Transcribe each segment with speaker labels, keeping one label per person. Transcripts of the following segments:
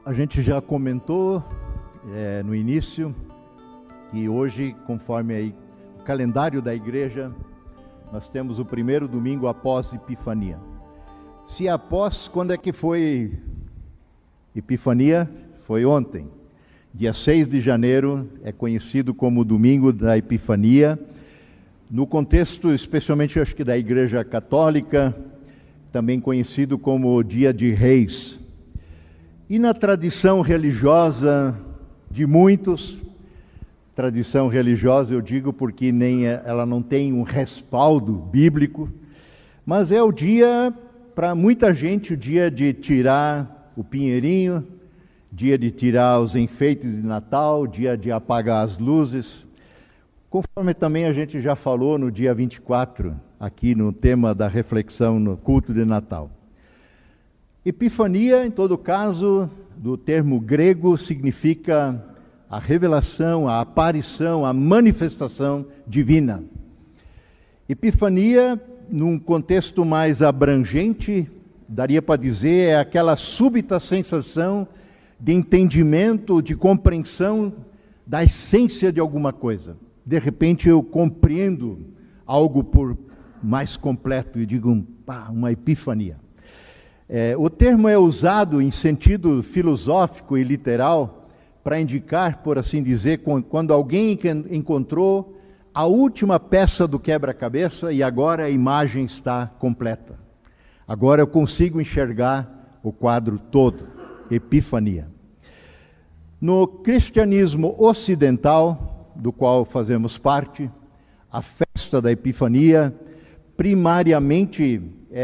Speaker 1: A gente já comentou no início que hoje, conforme aí o calendário da igreja, nós temos o primeiro domingo após Epifania. Se após, quando é que foi Epifania? Foi ontem. Dia 6 de janeiro é conhecido como o domingo da Epifania. No contexto, especialmente acho que da Igreja Católica, também conhecido como o Dia de Reis. E na tradição religiosa de muitos, tradição religiosa eu digo porque ela não tem um respaldo bíblico, mas é o dia, para muita gente, o dia de tirar o pinheirinho, dia de tirar os enfeites de Natal, dia de apagar as luzes, conforme também a gente já falou no dia 24, aqui no tema da reflexão no culto de Natal. Epifania, em todo caso, do termo grego, significa a revelação, a aparição, a manifestação divina. Epifania, num contexto mais abrangente, daria para dizer, é aquela súbita sensação de entendimento, de compreensão da essência de alguma coisa. De repente eu compreendo algo por mais completo e digo, uma epifania. O termo é usado em sentido filosófico e literal para indicar, por assim dizer, quando alguém encontrou a última peça do quebra-cabeça e agora a imagem está completa. Agora eu consigo enxergar o quadro todo. Epifania. No cristianismo ocidental, do qual fazemos parte, a festa da Epifania primariamente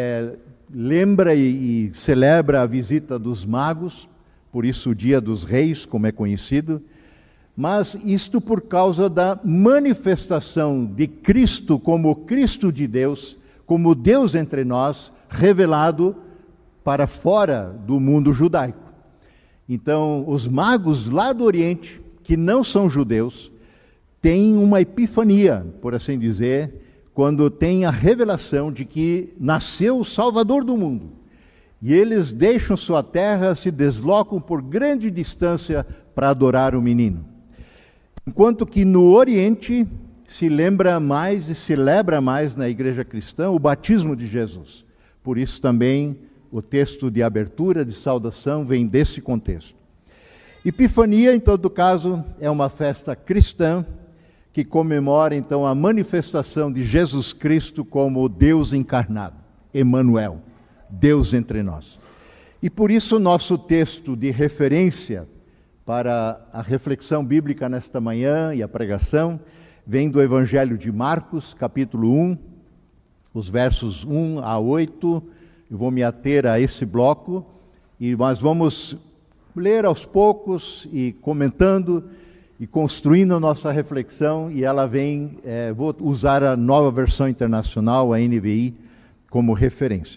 Speaker 1: lembra e celebra a visita dos magos, por isso o Dia dos Reis, como é conhecido, mas isto por causa da manifestação de Cristo como Cristo de Deus, como Deus entre nós, revelado para fora do mundo judaico. Então, os magos lá do Oriente, que não são judeus, têm uma epifania, por assim dizer, quando tem a revelação de que nasceu o Salvador do mundo. E eles deixam sua terra, se deslocam por grande distância para adorar o menino. Enquanto que no Oriente se lembra mais e celebra mais na igreja cristã o batismo de Jesus. Por isso também o texto de abertura, de saudação, vem desse contexto. Epifania, em todo caso, é uma festa cristã que comemora, então, a manifestação de Jesus Cristo como Deus encarnado, Emanuel, Deus entre nós. E por isso o nosso texto de referência para a reflexão bíblica nesta manhã e a pregação vem do Evangelho de Marcos, capítulo 1, os versos 1 a 8. Eu vou me ater a esse bloco e nós vamos ler aos poucos e comentando e construindo a nossa reflexão, e ela vem, vou usar a Nova Versão Internacional, a NVI, como referência.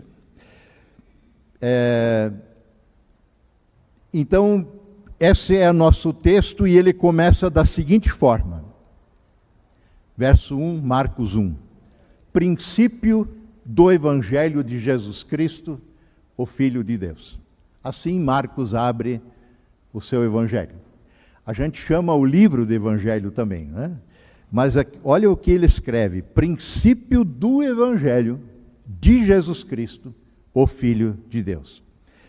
Speaker 1: Então, esse é o nosso texto e ele começa da seguinte forma. Verso 1, Marcos 1. Princípio do Evangelho de Jesus Cristo, o Filho de Deus. Assim Marcos abre o seu Evangelho. A gente chama o livro de Evangelho também, né? Mas olha o que ele escreve. Princípio do Evangelho de Jesus Cristo, o Filho de Deus.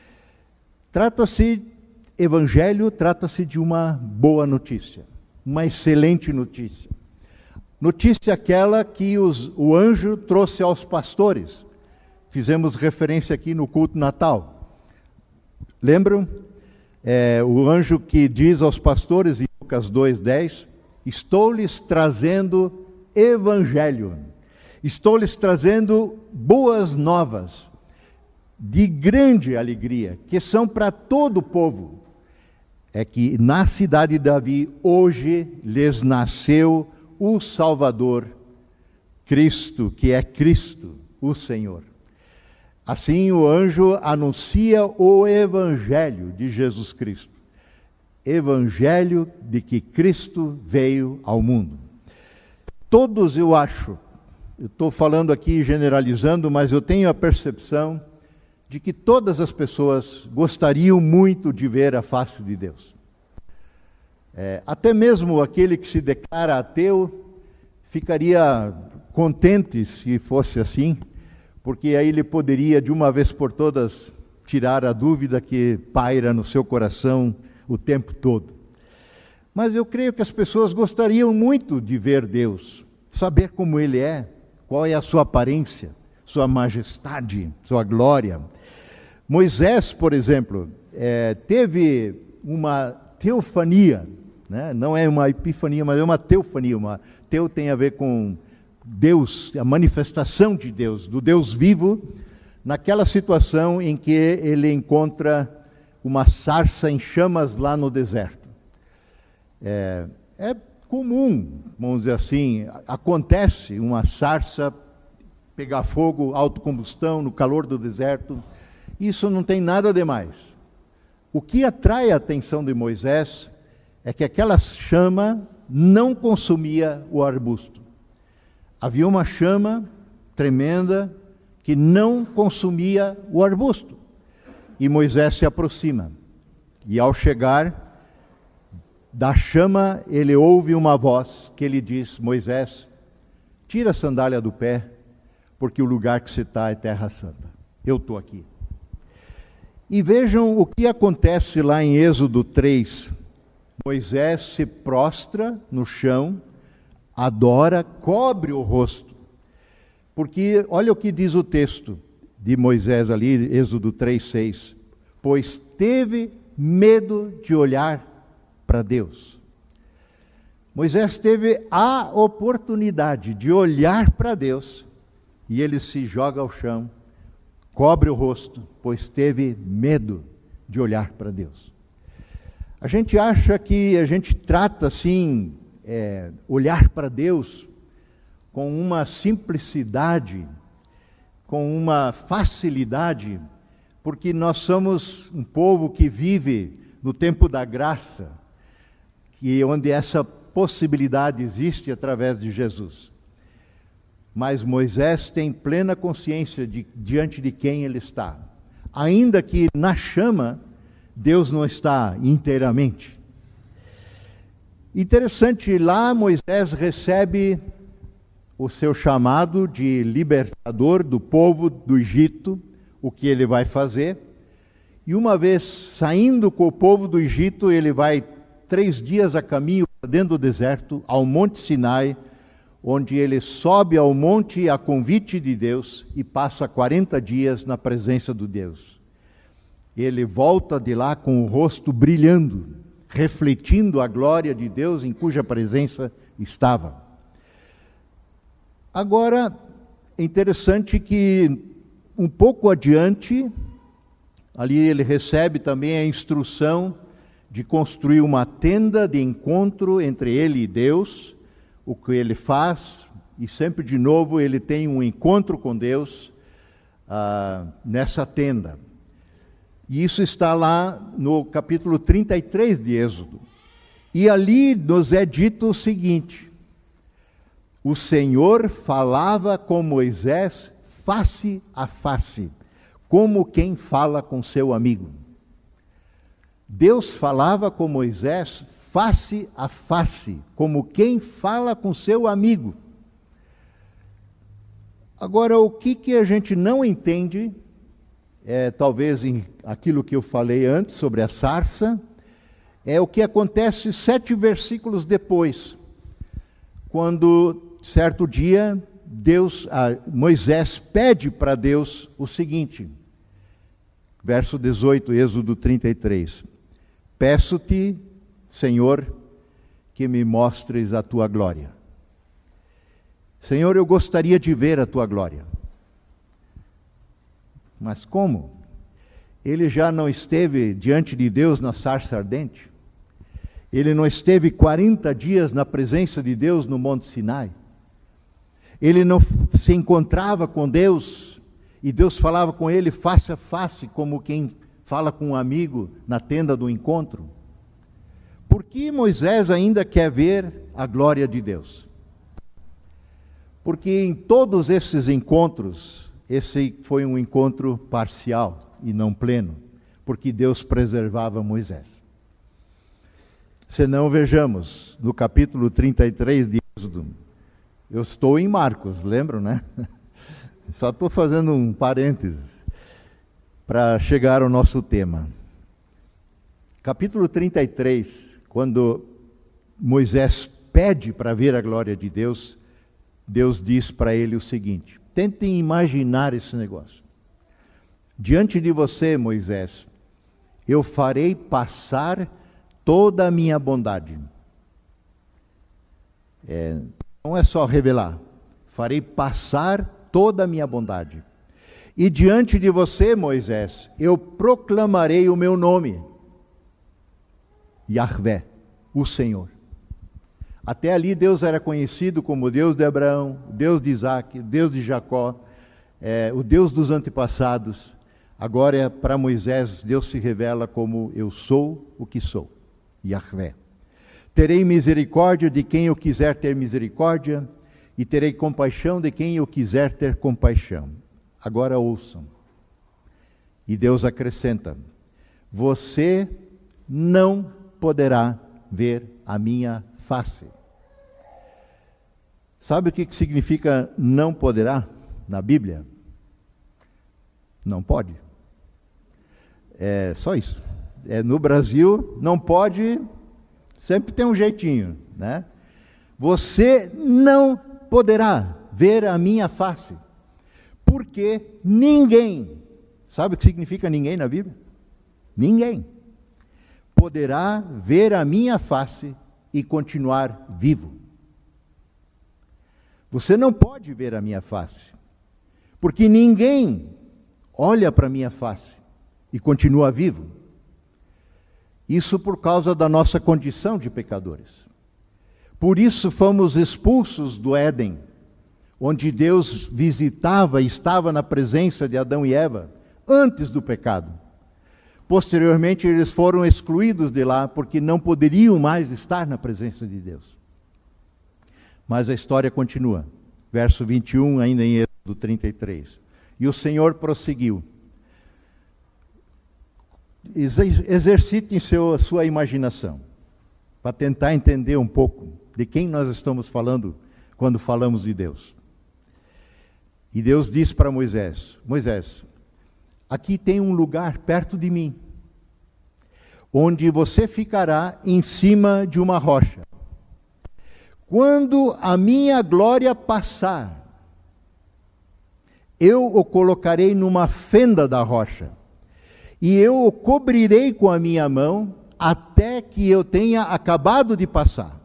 Speaker 1: Evangelho trata-se de uma boa notícia, uma excelente notícia. Notícia aquela que o anjo trouxe aos pastores. Fizemos referência aqui no culto natal. Lembram? O anjo que diz aos pastores, em Lucas 2:10, estou-lhes trazendo evangelho, estou-lhes trazendo boas novas, de grande alegria, que são para todo o povo. É que na cidade de Davi, hoje lhes nasceu o Salvador, Cristo, que é Cristo, o Senhor. Assim o anjo anuncia o Evangelho de Jesus Cristo. Evangelho de que Cristo veio ao mundo. Todos, eu estou falando aqui generalizando, mas eu tenho a percepção de que todas as pessoas gostariam muito de ver a face de Deus. Até mesmo aquele que se declara ateu ficaria contente se fosse assim, porque aí ele poderia, de uma vez por todas, tirar a dúvida que paira no seu coração o tempo todo. Mas eu creio que as pessoas gostariam muito de ver Deus, saber como Ele é, qual é a sua aparência, sua majestade, sua glória. Moisés, por exemplo, teve uma teofania, né? Não é uma epifania, mas é uma teofania. Teu tem a ver com Deus, a manifestação de Deus, do Deus vivo, naquela situação em que ele encontra uma sarça em chamas lá no deserto. É comum, vamos dizer assim, acontece uma sarça pegar fogo, autocombustão, no calor do deserto. Isso não tem nada de mais. O que atrai a atenção de Moisés é que aquela chama não consumia o arbusto. Havia uma chama tremenda que não consumia o arbusto. E Moisés se aproxima. E ao chegar da chama, ele ouve uma voz que lhe diz: Moisés, tira a sandália do pé, porque o lugar que você está é terra santa. Eu estou aqui. E vejam o que acontece lá em Êxodo 3. Moisés se prostra no chão, adora, cobre o rosto. Porque olha o que diz o texto de Moisés ali, Êxodo 3:6. Pois teve medo de olhar para Deus. Moisés teve a oportunidade de olhar para Deus e ele se joga ao chão, cobre o rosto, pois teve medo de olhar para Deus. A gente acha que a gente trata assim, olhar para Deus com uma simplicidade, com uma facilidade, porque nós somos um povo que vive no tempo da graça, onde essa possibilidade existe através de Jesus. Mas Moisés tem plena consciência diante de quem ele está. Ainda que na chama, Deus não está inteiramente. Interessante, lá Moisés recebe o seu chamado de libertador do povo do Egito, o que ele vai fazer. E uma vez saindo com o povo do Egito, ele vai 3 dias a caminho dentro do deserto, ao Monte Sinai, onde ele sobe ao monte a convite de Deus e passa 40 dias na presença de Deus. Ele volta de lá com o rosto brilhando, refletindo a glória de Deus em cuja presença estava. Agora, é interessante que um pouco adiante, ali ele recebe também a instrução de construir uma tenda de encontro entre ele e Deus, o que ele faz, e sempre de novo ele tem um encontro com Deus nessa tenda. E isso está lá no capítulo 33 de Êxodo. E ali nos é dito o seguinte: o Senhor falava com Moisés face a face, como quem fala com seu amigo. Deus falava com Moisés face a face, como quem fala com seu amigo. Agora, o que a gente não entende, talvez em aquilo que eu falei antes sobre a sarça, é o que acontece 7 versículos depois, quando, certo dia, Moisés pede para Deus o seguinte, verso 18, Êxodo 33, peço-te, Senhor, que me mostres a tua glória. Senhor, eu gostaria de ver a tua glória. Mas como? Ele já não esteve diante de Deus na sarça ardente? Ele não esteve 40 dias na presença de Deus no Monte Sinai? Ele não se encontrava com Deus e Deus falava com ele face a face, como quem fala com um amigo na tenda do encontro? Por que Moisés ainda quer ver a glória de Deus? Porque em todos esses encontros esse foi um encontro parcial e não pleno, porque Deus preservava Moisés. Se não, vejamos, no capítulo 33 de Êxodo, eu estou em Marcos, lembram, né? Só estou fazendo um parênteses para chegar ao nosso tema. Capítulo 33, quando Moisés pede para ver a glória de Deus, Deus diz para ele o seguinte: tentem imaginar esse negócio. Diante de você, Moisés, eu farei passar toda a minha bondade. Não é só revelar, farei passar toda a minha bondade. E diante de você, Moisés, eu proclamarei o meu nome, Yahvé, o Senhor. Até ali Deus era conhecido como o Deus de Abraão, o Deus de Isaac, o Deus de Jacó, o Deus dos antepassados. Agora, para Moisés, Deus se revela como eu sou o que sou, Yahvé. Terei misericórdia de quem eu quiser ter misericórdia, e terei compaixão de quem eu quiser ter compaixão. Agora ouçam. E Deus acrescenta: você não poderá ver a minha face. Sabe o que significa não poderá na Bíblia? Não pode. É só isso. No Brasil, não pode, sempre tem um jeitinho, né? Você não poderá ver a minha face, porque ninguém, sabe o que significa ninguém na Bíblia? Ninguém poderá ver a minha face e continuar vivo. Você não pode ver a minha face, porque ninguém olha para a minha face e continua vivo. Isso por causa da nossa condição de pecadores. Por isso fomos expulsos do Éden, onde Deus visitava e estava na presença de Adão e Eva, antes do pecado. Posteriormente, eles foram excluídos de lá, porque não poderiam mais estar na presença de Deus. Mas a história continua. Verso 21, ainda em Êxodo 33. E o Senhor prosseguiu. Exercitem sua imaginação, para tentar entender um pouco de quem nós estamos falando quando falamos de Deus. E Deus disse para Moisés: Moisés, aqui tem um lugar perto de mim, onde você ficará em cima de uma rocha. Quando a minha glória passar, eu o colocarei numa fenda da rocha, e eu o cobrirei com a minha mão, até que eu tenha acabado de passar.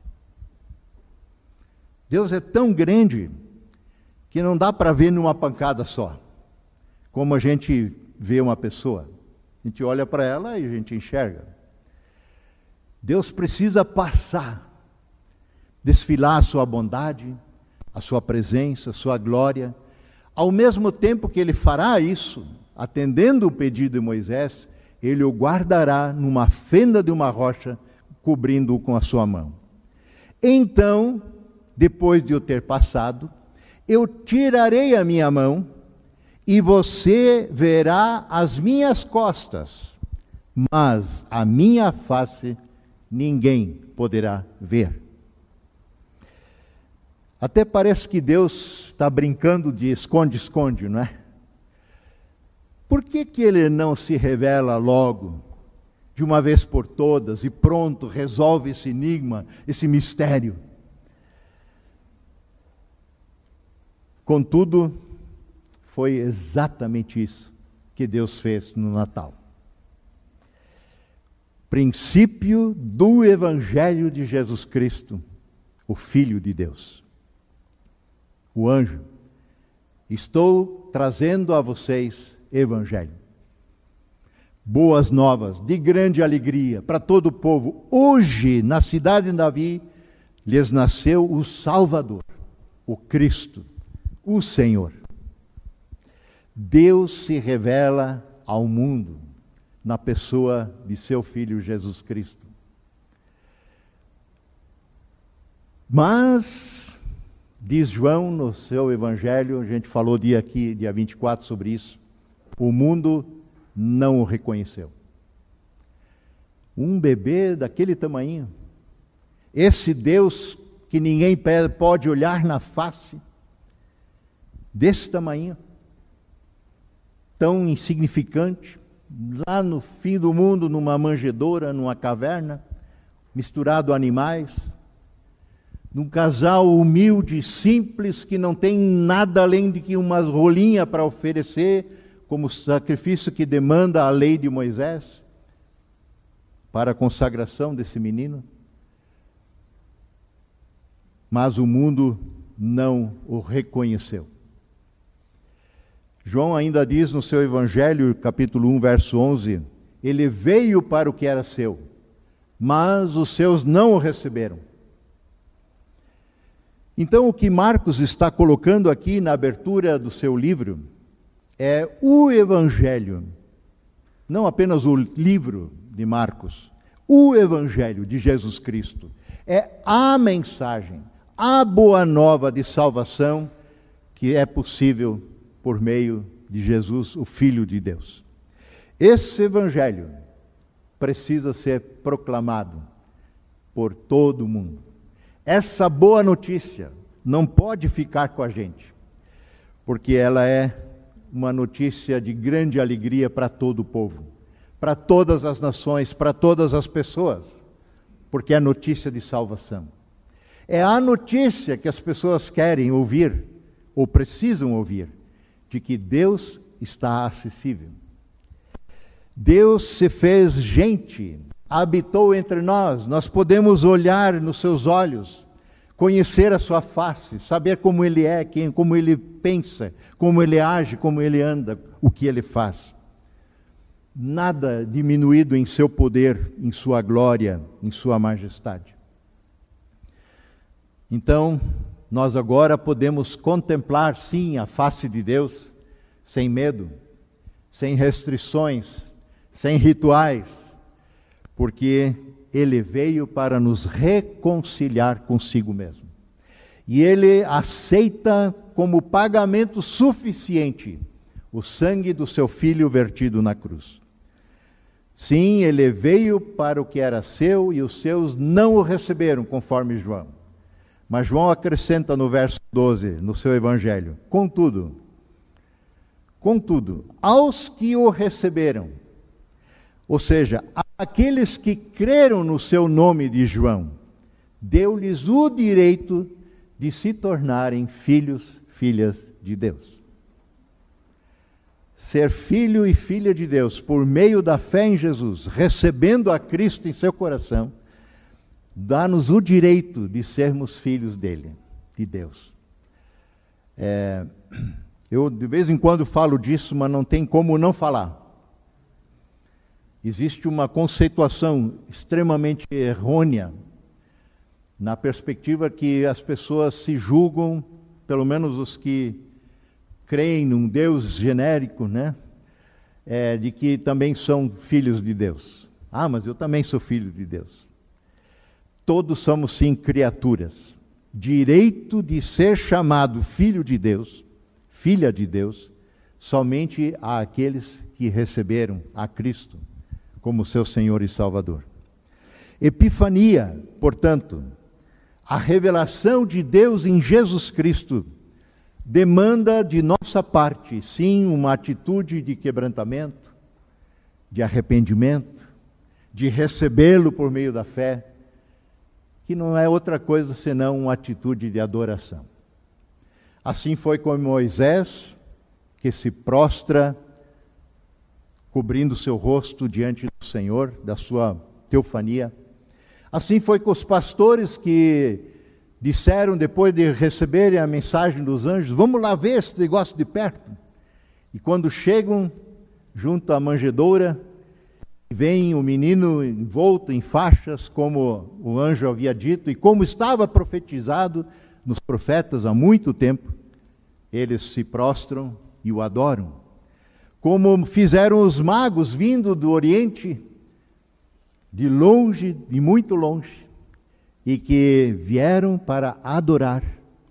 Speaker 1: Deus é tão grande que não dá para ver numa pancada só, como a gente vê uma pessoa. A gente olha para ela e a gente enxerga. Deus precisa passar, desfilar a sua bondade, a sua presença, a sua glória. Ao mesmo tempo que ele fará isso, atendendo o pedido de Moisés, ele o guardará numa fenda de uma rocha, cobrindo-o com a sua mão. Então, depois de eu ter passado, eu tirarei a minha mão, e você verá as minhas costas, mas a minha face ninguém poderá ver. Até parece que Deus está brincando de esconde-esconde, não é? Por que ele não se revela logo, de uma vez por todas, e pronto, resolve esse enigma, esse mistério? Contudo, foi exatamente isso que Deus fez no Natal. Princípio do Evangelho de Jesus Cristo, o Filho de Deus. O anjo: estou trazendo a vocês Evangelho. Boas novas, de grande alegria para todo o povo. Hoje, na cidade de Davi, lhes nasceu o Salvador, o Cristo, o Senhor. Deus se revela ao mundo na pessoa de seu Filho Jesus Cristo. Mas Diz João no seu evangelho, a gente falou dia 24 sobre isso, o mundo não o reconheceu. Um bebê daquele tamanho, esse Deus que ninguém pode olhar na face, desse tamanho, tão insignificante, lá no fim do mundo, numa manjedoura, numa caverna, misturado a animais, num casal humilde, simples, que não tem nada além de que umas rolinhas para oferecer, como sacrifício que demanda a lei de Moisés, para a consagração desse menino. Mas o mundo não o reconheceu. João ainda diz no seu Evangelho, capítulo 1, verso 11, ele veio para o que era seu, mas os seus não o receberam. Então, o que Marcos está colocando aqui na abertura do seu livro é o Evangelho, não apenas o livro de Marcos, o Evangelho de Jesus Cristo. É a mensagem, a boa nova de salvação que é possível por meio de Jesus, o Filho de Deus. Esse Evangelho precisa ser proclamado por todo mundo. Essa boa notícia não pode ficar com a gente, porque ela é uma notícia de grande alegria para todo o povo, para todas as nações, para todas as pessoas, porque é notícia de salvação. É a notícia que as pessoas querem ouvir, ou precisam ouvir, de que Deus está acessível. Deus se fez gente, habitou entre nós, nós podemos olhar nos seus olhos, conhecer a sua face, saber como Ele é, como Ele pensa, como Ele age, como Ele anda, o que Ele faz. Nada diminuído em seu poder, em sua glória, em sua majestade. Então, nós agora podemos contemplar, sim, a face de Deus, sem medo, sem restrições, sem rituais, porque Ele veio para nos reconciliar consigo mesmo. E Ele aceita como pagamento suficiente o sangue do seu Filho vertido na cruz. Sim, Ele veio para o que era seu e os seus não o receberam, conforme João. Mas João acrescenta no verso 12, no seu Evangelho, contudo, aos que o receberam, ou seja, aqueles que creram no seu nome de João, deu-lhes o direito de se tornarem filhos, filhas de Deus. Ser filho e filha de Deus por meio da fé em Jesus, recebendo a Cristo em seu coração, dá-nos o direito de sermos filhos dele, de Deus. Eu de vez em quando falo disso, mas não tem como não falar. Existe uma conceituação extremamente errônea, na perspectiva que as pessoas se julgam, pelo menos os que creem num Deus genérico, né? De que também são filhos de Deus. Ah, mas eu também sou filho de Deus. Todos somos, sim, criaturas. Direito de ser chamado filho de Deus, filha de Deus, somente há aqueles que receberam a Cristo como seu Senhor e Salvador. Epifania, portanto, a revelação de Deus em Jesus Cristo, demanda de nossa parte, sim, uma atitude de quebrantamento, de arrependimento, de recebê-lo por meio da fé, que não é outra coisa senão uma atitude de adoração. Assim foi com Moisés, que se prostra, cobrindo seu rosto diante do Senhor, da sua teofania. Assim foi com os pastores que disseram, depois de receberem a mensagem dos anjos, vamos lá ver esse negócio de perto. E quando chegam junto à manjedoura, vem o menino envolto em faixas, como o anjo havia dito, e como estava profetizado nos profetas há muito tempo, eles se prostram e o adoram. Como fizeram os magos vindo do Oriente, de longe, de muito longe, e que vieram para adorar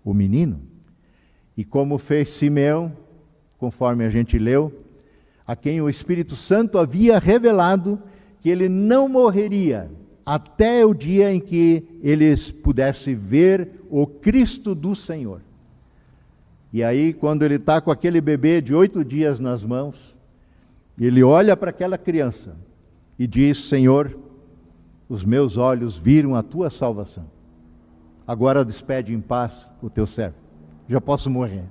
Speaker 1: o menino. E como fez Simeão, conforme a gente leu, a quem o Espírito Santo havia revelado que ele não morreria até o dia em que eles pudessem ver o Cristo do Senhor. E aí, quando ele está com aquele bebê de 8 dias nas mãos, ele olha para aquela criança e diz: Senhor, os meus olhos viram a tua salvação. Agora despede em paz o teu servo. Já posso morrer.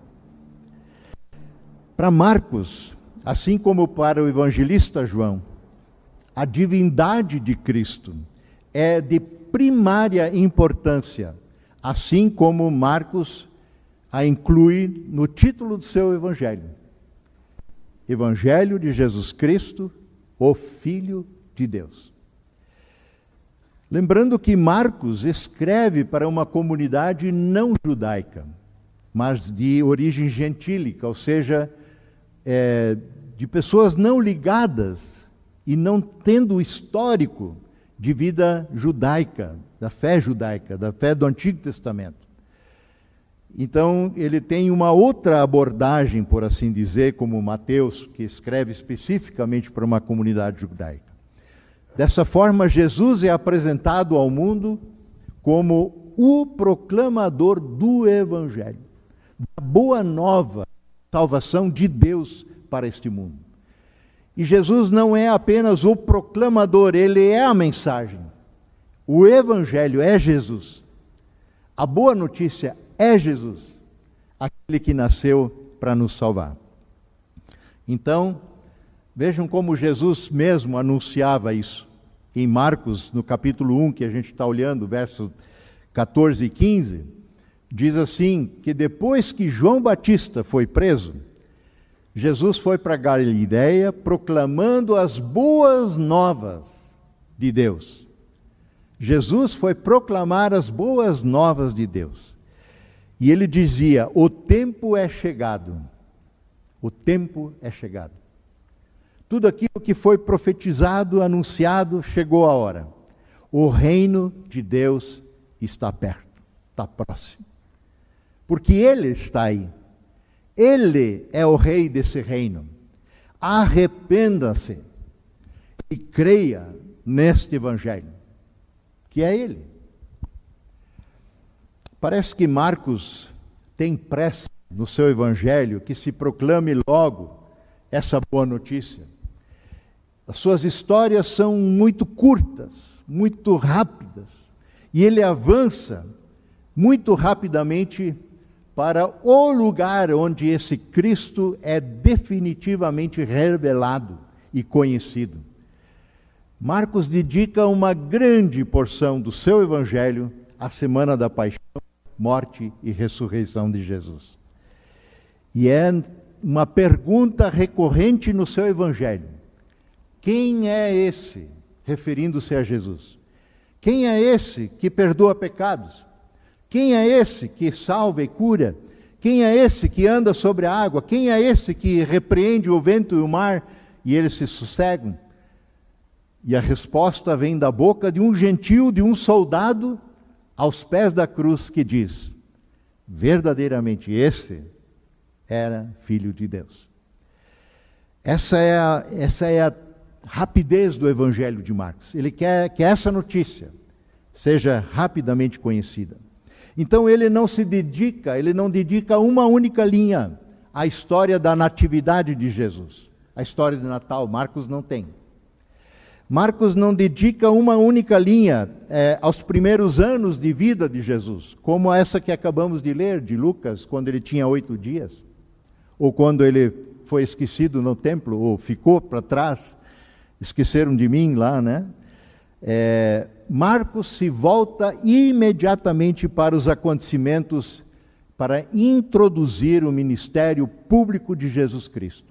Speaker 1: Para Marcos, assim como para o evangelista João, a divindade de Cristo é de primária importância, assim como Marcos a inclui no título do seu evangelho. Evangelho de Jesus Cristo, o Filho de Deus. Lembrando que Marcos escreve para uma comunidade não judaica, mas de origem gentílica, ou seja, de pessoas não ligadas e não tendo histórico de vida judaica, da fé do Antigo Testamento. Então, ele tem uma outra abordagem, por assim dizer, como Mateus, que escreve especificamente para uma comunidade judaica. Dessa forma, Jesus é apresentado ao mundo como o proclamador do Evangelho, da boa nova, salvação de Deus para este mundo. E Jesus não é apenas o proclamador, ele é a mensagem. O Evangelho é Jesus. A boa notícia é Jesus, aquele que nasceu para nos salvar. Então, vejam como Jesus mesmo anunciava isso. Em Marcos, no capítulo 1, que a gente está olhando, versos 14 e 15, diz assim, que depois que João Batista foi preso, Jesus foi para Galileia proclamando as boas novas de Deus. Jesus foi proclamar as boas novas de Deus. E ele dizia: o tempo é chegado. O tempo é chegado. Tudo aquilo que foi profetizado, anunciado, chegou a hora. O reino de Deus está perto, está próximo. Porque Ele está aí. Ele é o rei desse reino. Arrependa-se e creia neste Evangelho, que é Ele. Parece que Marcos tem pressa no seu Evangelho que se proclame logo essa boa notícia. As suas histórias são muito curtas, muito rápidas, e ele avança muito rapidamente para o lugar onde esse Cristo é definitivamente revelado e conhecido. Marcos dedica uma grande porção do seu Evangelho à semana da paixão, morte e ressurreição de Jesus. E é uma pergunta recorrente no seu Evangelho: quem é esse? Referindo-se a Jesus. Quem é esse que perdoa pecados? Quem é esse que salva e cura? Quem é esse que anda sobre a água? Quem é esse que repreende o vento e o mar e eles se sossegam? E a resposta vem da boca de um gentil, de um soldado, aos pés da cruz, que diz: verdadeiramente esse era Filho de Deus. Essa é a rapidez do Evangelho de Marcos. Ele quer que essa notícia seja rapidamente conhecida. Então ele não dedica uma única linha à história da natividade de Jesus. A história de Natal, Marcos não tem. Marcos não dedica uma única linha aos primeiros anos de vida de Jesus, como essa que acabamos de ler, de Lucas, quando ele tinha 8 dias, ou quando ele foi esquecido no templo, ou ficou para trás, esqueceram de mim lá, né? Marcos se volta imediatamente para os acontecimentos, para introduzir o ministério público de Jesus Cristo.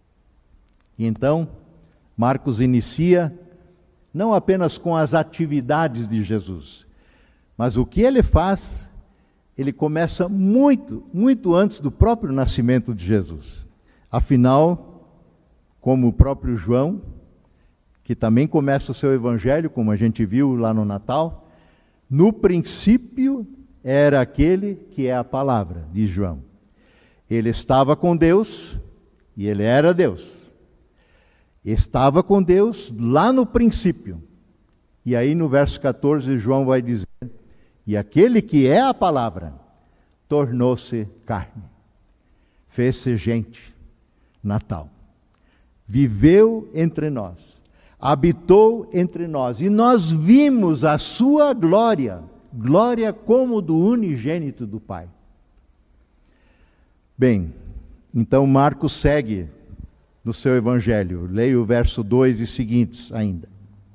Speaker 1: E então, Marcos inicia não apenas com as atividades de Jesus, mas o que ele faz, ele começa muito, muito antes do próprio nascimento de Jesus. Afinal, como o próprio João, que também começa o seu evangelho, como a gente viu lá no Natal, no princípio era aquele que é a palavra, diz João. Ele estava com Deus e ele era Deus. Estava com Deus lá no princípio. E aí no verso 14 João vai dizer: e aquele que é a palavra tornou-se carne, fez-se gente, Natal. Viveu entre nós, habitou entre nós, e nós vimos a sua glória, glória como do unigênito do Pai. Bem, então Marcos segue no seu evangelho. Leia o verso 2 e seguintes ainda.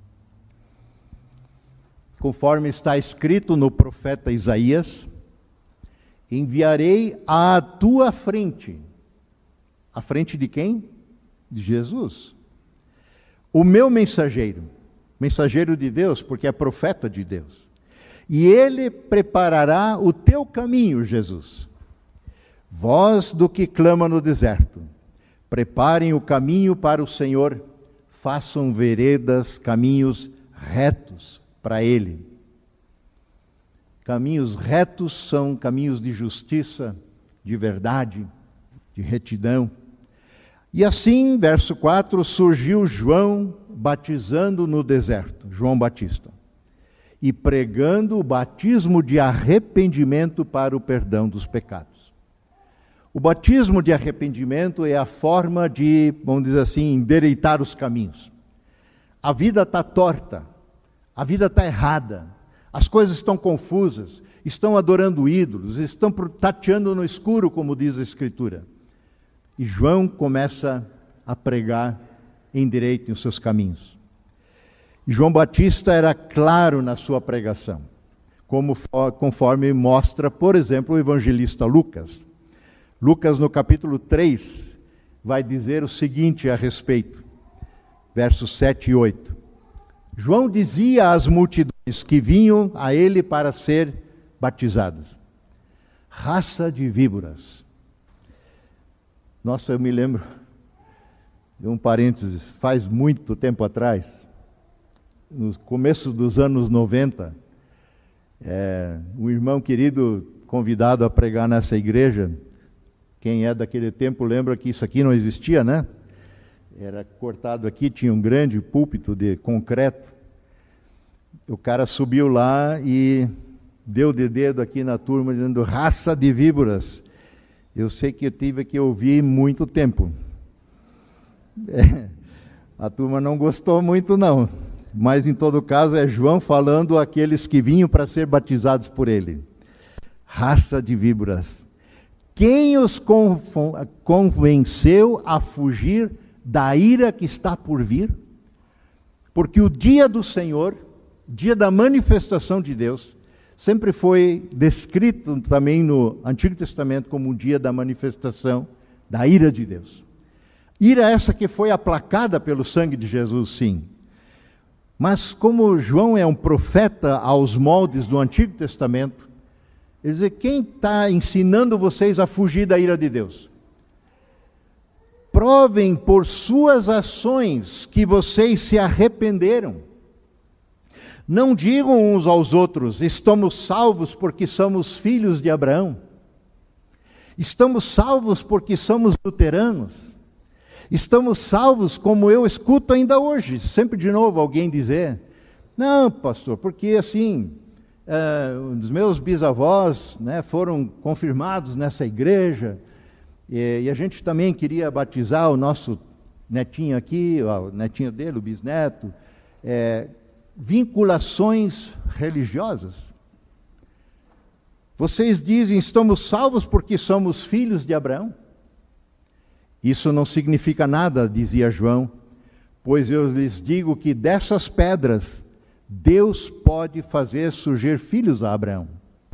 Speaker 1: Conforme está escrito no profeta Isaías: enviarei à tua frente. À frente de quem? De Jesus. O meu mensageiro, mensageiro de Deus, porque é profeta de Deus. E ele preparará o teu caminho, Jesus. Voz do que clama no deserto: preparem o caminho para o Senhor, façam veredas, caminhos retos para Ele. Caminhos retos são caminhos de justiça, de verdade, de retidão. E assim, verso 4, surgiu João batizando no deserto, João Batista, e pregando o batismo de arrependimento para o perdão dos pecados. O batismo de arrependimento é a forma de, vamos dizer assim, endireitar os caminhos. A vida está torta, a vida está errada, as coisas estão confusas, estão adorando ídolos, estão tateando no escuro, como diz a Escritura. E João começa a pregar endireitem os seus caminhos. E João Batista era claro na sua pregação, conforme mostra, por exemplo, o evangelista Lucas. Lucas, no capítulo 3, vai dizer o seguinte a respeito, versos 7 e 8. João dizia às multidões que vinham a ele para ser batizadas: raça de víboras. Nossa, eu me lembro de um parênteses, faz muito tempo atrás, no começo dos anos 90, um irmão querido convidado a pregar nessa igreja. Quem é daquele tempo lembra que isso aqui não existia, né? Era cortado aqui, tinha um grande púlpito de concreto. O cara subiu lá e deu de dedo aqui na turma, dizendo: raça de víboras. Eu sei que eu tive que ouvir muito tempo. A turma não gostou muito não, mas em todo caso é João falando àqueles que vinham para ser batizados por ele. Raça de víboras. Quem os convenceu a fugir da ira que está por vir? Porque o dia do Senhor, dia da manifestação de Deus, sempre foi descrito também no Antigo Testamento como um dia da manifestação da ira de Deus. Ira essa que foi aplacada pelo sangue de Jesus, sim. Mas como João é um profeta aos moldes do Antigo Testamento, ele diz: quem está ensinando vocês a fugir da ira de Deus? Provem por suas ações que vocês se arrependeram. Não digam uns aos outros: estamos salvos porque somos filhos de Abraão. Estamos salvos porque somos luteranos. Estamos salvos, como eu escuto ainda hoje, sempre de novo alguém dizer: não, pastor, porque assim, os meus bisavós, né, foram confirmados nessa igreja, e a gente também queria batizar o nosso netinho aqui, o netinho dele, o bisneto, vinculações religiosas. Vocês dizem: estamos salvos porque somos filhos de Abraão. Isso não significa nada, dizia João, pois eu lhes digo que dessas pedras Deus pode fazer surgir filhos a Abraão.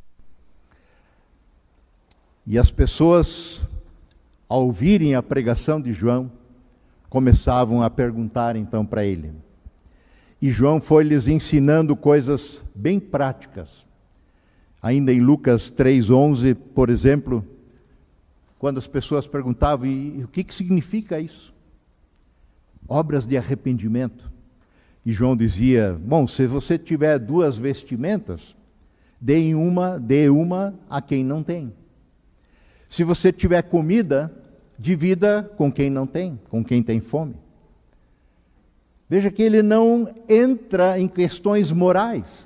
Speaker 1: E as pessoas, ao ouvirem a pregação de João, começavam a perguntar então para ele. E João foi lhes ensinando coisas bem práticas. Ainda em Lucas 3:11, por exemplo, quando as pessoas perguntavam: e o que significa isso? Obras de arrependimento. E João dizia: bom, se você tiver 2 vestimentas, dê uma a quem não tem. Se você tiver comida, divida com quem não tem, com quem tem fome. Veja que ele não entra em questões morais,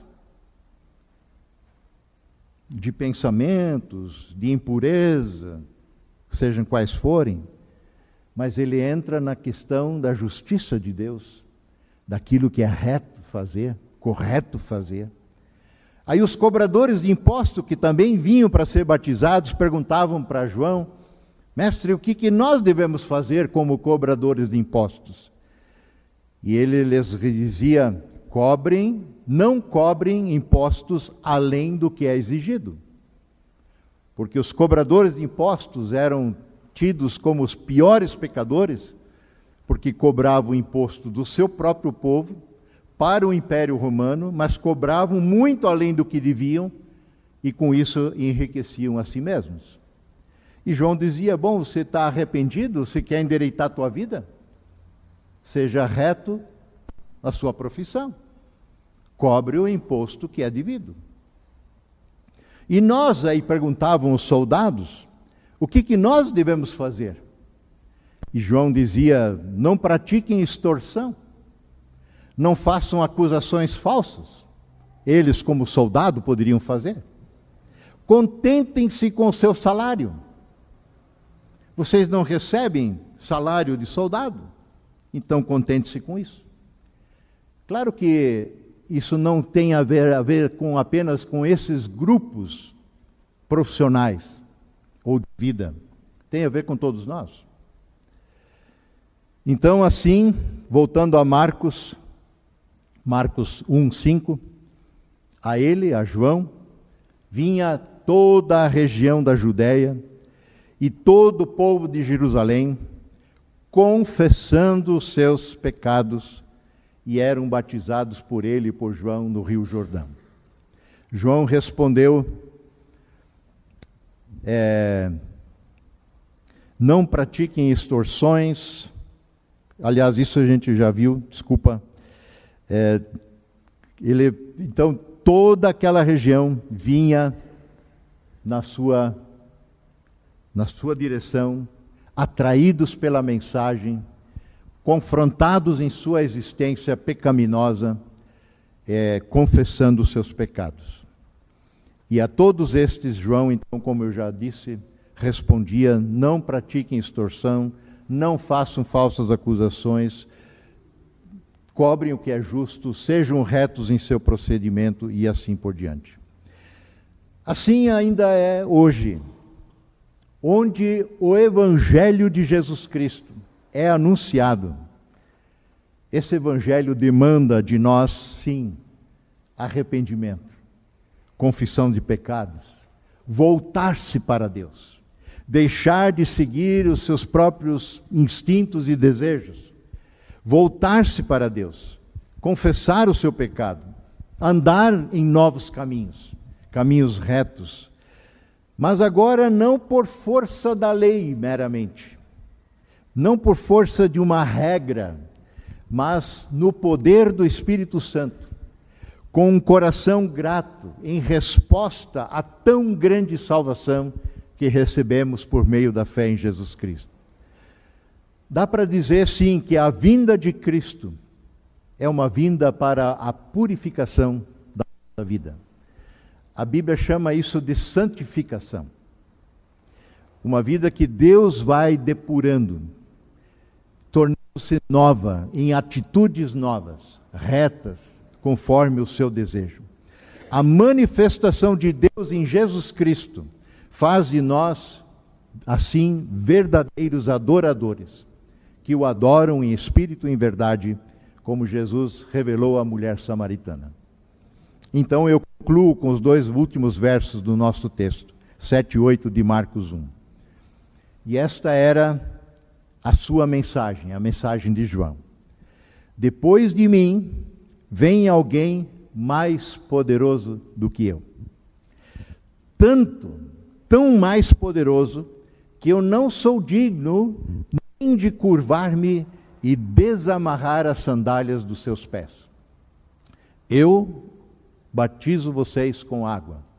Speaker 1: de pensamentos, de impureza, sejam quais forem, mas ele entra na questão da justiça de Deus, daquilo que é reto fazer, correto fazer. Aí os cobradores de imposto, que também vinham para ser batizados, perguntavam para João: mestre, o que nós devemos fazer como cobradores de impostos? E ele lhes dizia: não cobrem impostos além do que é exigido. Porque os cobradores de impostos eram tidos como os piores pecadores, porque cobravam o imposto do seu próprio povo para o Império Romano, mas cobravam muito além do que deviam e com isso enriqueciam a si mesmos. E João dizia: bom, você está arrependido? Você quer endireitar a tua vida? Seja reto na sua profissão. Cobre o imposto que é devido. E nós, aí perguntavam os soldados, o que nós devemos fazer? E João dizia: não pratiquem extorsão, não façam acusações falsas. Eles, como soldado, poderiam fazer. Contentem-se com o seu salário. Vocês não recebem salário de soldado? Então contente-se com isso. Claro que isso não tem a ver apenas com esses grupos profissionais ou de vida. Tem a ver com todos nós. Então, assim, voltando a Marcos 1:5, a ele, a João, vinha toda a região da Judéia e todo o povo de Jerusalém, confessando os seus pecados, e eram batizados por ele e por João no Rio Jordão. João respondeu: não pratiquem extorsões. Aliás, isso a gente já viu, desculpa. Então, toda aquela região vinha na sua direção, atraídos pela mensagem, confrontados em sua existência pecaminosa, confessando os seus pecados. E a todos estes, João, então, como eu já disse, respondia: não pratiquem extorsão, não façam falsas acusações, cobrem o que é justo, sejam retos em seu procedimento e assim por diante. Assim ainda é hoje, onde o Evangelho de Jesus Cristo é anunciado. Esse Evangelho demanda de nós, sim, arrependimento, confissão de pecados, voltar-se para Deus, deixar de seguir os seus próprios instintos e desejos, voltar-se para Deus, confessar o seu pecado, andar em novos caminhos, caminhos retos, mas agora não por força da lei meramente, não por força de uma regra, mas no poder do Espírito Santo, com um coração grato em resposta a tão grande salvação que recebemos por meio da fé em Jesus Cristo. Dá para dizer, sim, que a vinda de Cristo é uma vinda para a purificação da nossa vida. A Bíblia chama isso de santificação. Uma vida que Deus vai depurando, tornando-se nova, em atitudes novas, retas, conforme o seu desejo. A manifestação de Deus em Jesus Cristo faz de nós, assim, verdadeiros adoradores, que o adoram em espírito e em verdade, como Jesus revelou à mulher samaritana. Então eu concluo com os 2 últimos versos do nosso texto, 7 e 8 de Marcos 1. E esta era a sua mensagem, a mensagem de João. Depois de mim, vem alguém mais poderoso do que eu. Tão mais poderoso, que eu não sou digno nem de curvar-me e desamarrar as sandálias dos seus pés. Eu batizo vocês com água,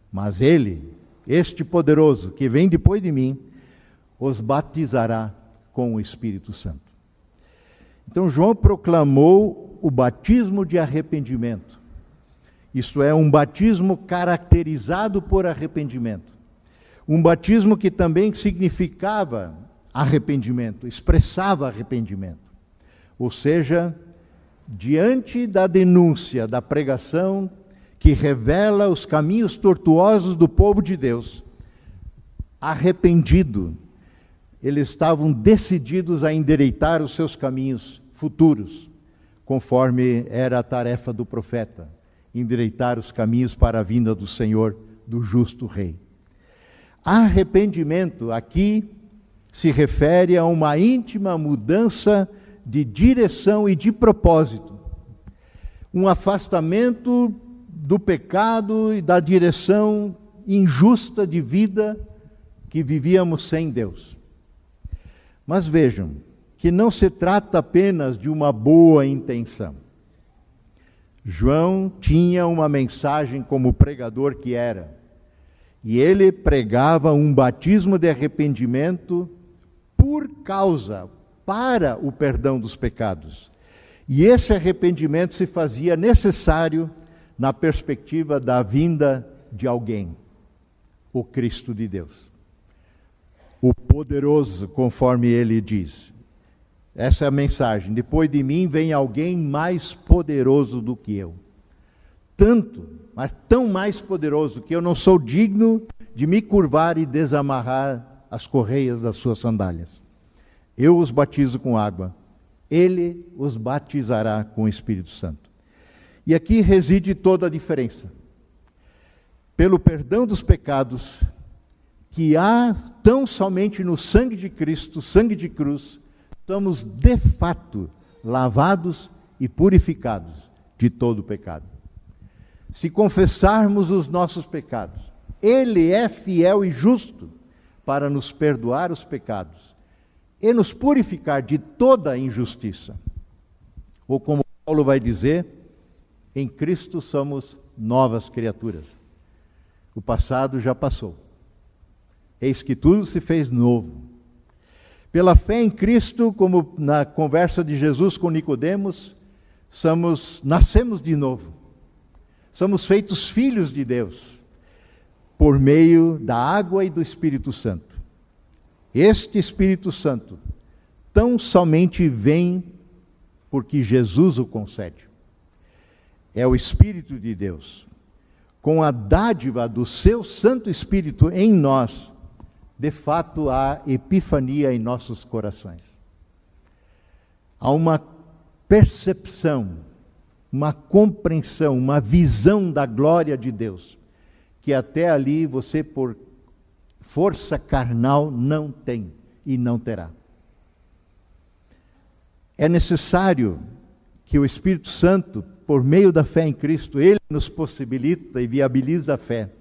Speaker 1: Mas ele, este poderoso que vem depois de mim, os batizará com o Espírito Santo. Então João proclamou o batismo de arrependimento. Isto é, um batismo caracterizado por arrependimento. Um batismo que também significava arrependimento, expressava arrependimento. Ou seja, diante da denúncia, da pregação que revela os caminhos tortuosos do povo de Deus, arrependido, eles estavam decididos a endireitar os seus caminhos futuros, conforme era a tarefa do profeta, endireitar os caminhos para a vinda do Senhor, do justo Rei. Arrependimento aqui se refere a uma íntima mudança de direção e de propósito, um afastamento do pecado e da direção injusta de vida que vivíamos sem Deus. Mas vejam que não se trata apenas de uma boa intenção. João tinha uma mensagem como pregador que era, e ele pregava um batismo de arrependimento para o perdão dos pecados. E esse arrependimento se fazia necessário na perspectiva da vinda de alguém, o Cristo de Deus. O poderoso, conforme ele diz. Essa é a mensagem. Depois de mim vem alguém mais poderoso do que eu. Tanto, mas tão mais poderoso que eu não sou digno de me curvar e desamarrar as correias das suas sandálias. Eu os batizo com água, ele os batizará com o Espírito Santo. E aqui reside toda a diferença. Pelo perdão dos pecados, que há tão somente no sangue de Cristo, sangue de cruz, estamos de fato lavados e purificados de todo o pecado. Se confessarmos os nossos pecados, Ele é fiel e justo para nos perdoar os pecados e nos purificar de toda injustiça. Ou como Paulo vai dizer, em Cristo somos novas criaturas. O passado já passou. Eis que tudo se fez novo. Pela fé em Cristo, como na conversa de Jesus com Nicodemos, nascemos de novo. Somos feitos filhos de Deus, por meio da água e do Espírito Santo. Este Espírito Santo tão somente vem porque Jesus o concede. É o Espírito de Deus, com a dádiva do seu Santo Espírito em nós, de fato há epifania em nossos corações. Há uma percepção, uma compreensão, uma visão da glória de Deus, que até ali você, por força carnal, não tem e não terá. É necessário que o Espírito Santo, por meio da fé em Cristo, Ele nos possibilita e viabiliza a fé,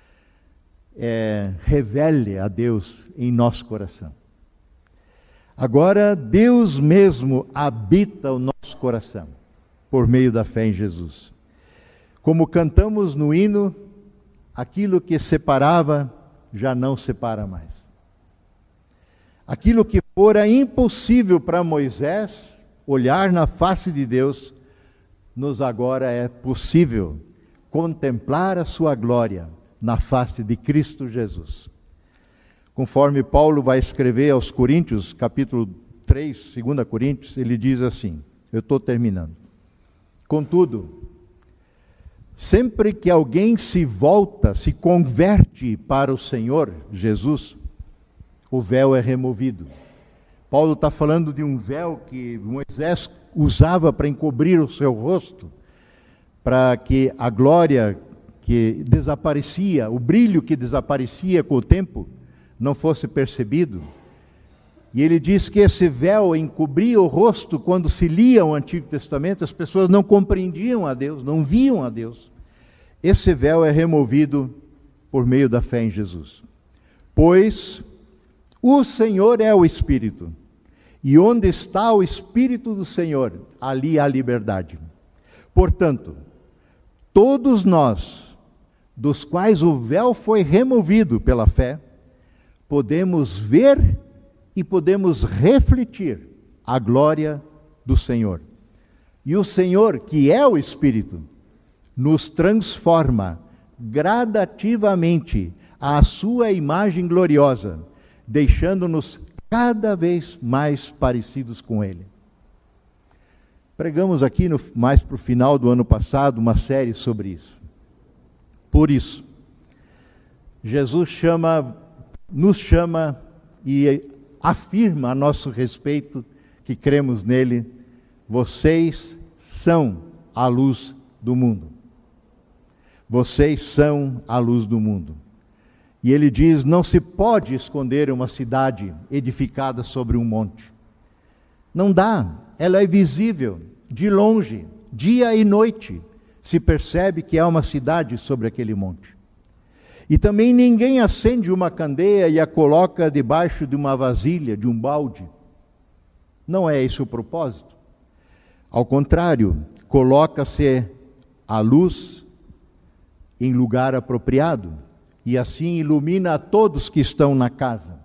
Speaker 1: revele a Deus em nosso coração. Agora, Deus mesmo habita o nosso coração, por meio da fé em Jesus. Como cantamos no hino, aquilo que separava, já não separa mais. Aquilo que fora impossível para Moisés, olhar na face de Deus, nos agora é possível contemplar a sua glória na face de Cristo Jesus. Conforme Paulo vai escrever aos Coríntios, capítulo 3, 2 Coríntios, ele diz assim, eu estou terminando. Contudo, sempre que alguém se converte para o Senhor Jesus, o véu é removido. Paulo está falando de um véu que Moisés usava para encobrir o seu rosto, para que a glória que desaparecia, o brilho que desaparecia com o tempo, não fosse percebido. E ele diz que esse véu encobria o rosto quando se lia o Antigo Testamento, as pessoas não compreendiam a Deus, não viam a Deus. Esse véu é removido por meio da fé em Jesus. Pois o Senhor é o Espírito, e onde está o Espírito do Senhor, ali há liberdade. Portanto, todos nós dos quais o véu foi removido pela fé, podemos ver e podemos refletir a glória do Senhor. E o Senhor, que é o Espírito, nos transforma gradativamente à sua imagem gloriosa, deixando-nos cada vez mais parecidos com Ele. Pregamos aqui, mais para o final do ano passado, uma série sobre isso. Por isso, Jesus nos chama e afirma a nosso respeito, que cremos nele: vocês são a luz do mundo. Vocês são a luz do mundo. E ele diz: não se pode esconder uma cidade edificada sobre um monte. Não dá, ela é visível, de longe, dia e noite, se percebe que há uma cidade sobre aquele monte. E também ninguém acende uma candeia e a coloca debaixo de uma vasilha, de um balde. Não é esse o propósito. Ao contrário, coloca-se a luz em lugar apropriado, e assim ilumina a todos que estão na casa.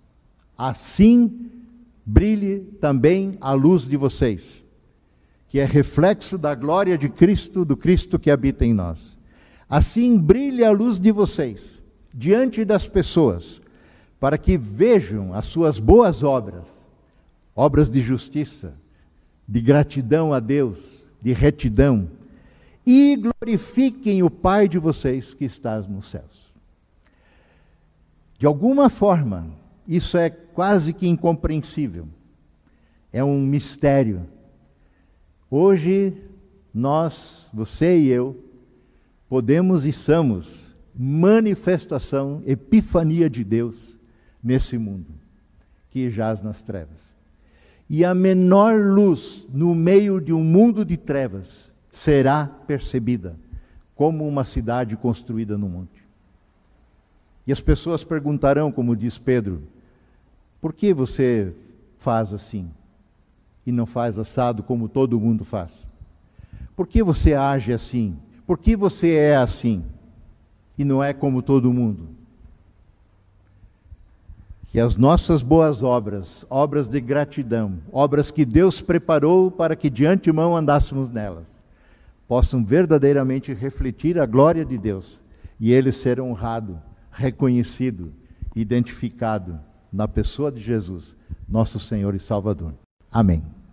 Speaker 1: Assim brilhe também a luz de vocês, que é reflexo da glória de Cristo, do Cristo que habita em nós. Assim brilhe a luz de vocês diante das pessoas, para que vejam as suas boas obras, obras de justiça, de gratidão a Deus, de retidão, e glorifiquem o Pai de vocês que está nos céus. De alguma forma, isso é quase que incompreensível. É um mistério. Hoje, nós, você e eu, podemos e somos manifestação, epifania de Deus nesse mundo que jaz nas trevas. E a menor luz no meio de um mundo de trevas será percebida como uma cidade construída no monte. E as pessoas perguntarão, como diz Pedro: por que você faz assim e não faz assado como todo mundo faz? Por que você age assim? Por que você é assim e não é como todo mundo? Que as nossas boas obras, obras de gratidão, obras que Deus preparou para que de antemão andássemos nelas, possam verdadeiramente refletir a glória de Deus e Ele ser honrado, reconhecido, identificado na pessoa de Jesus, nosso Senhor e Salvador. Amém.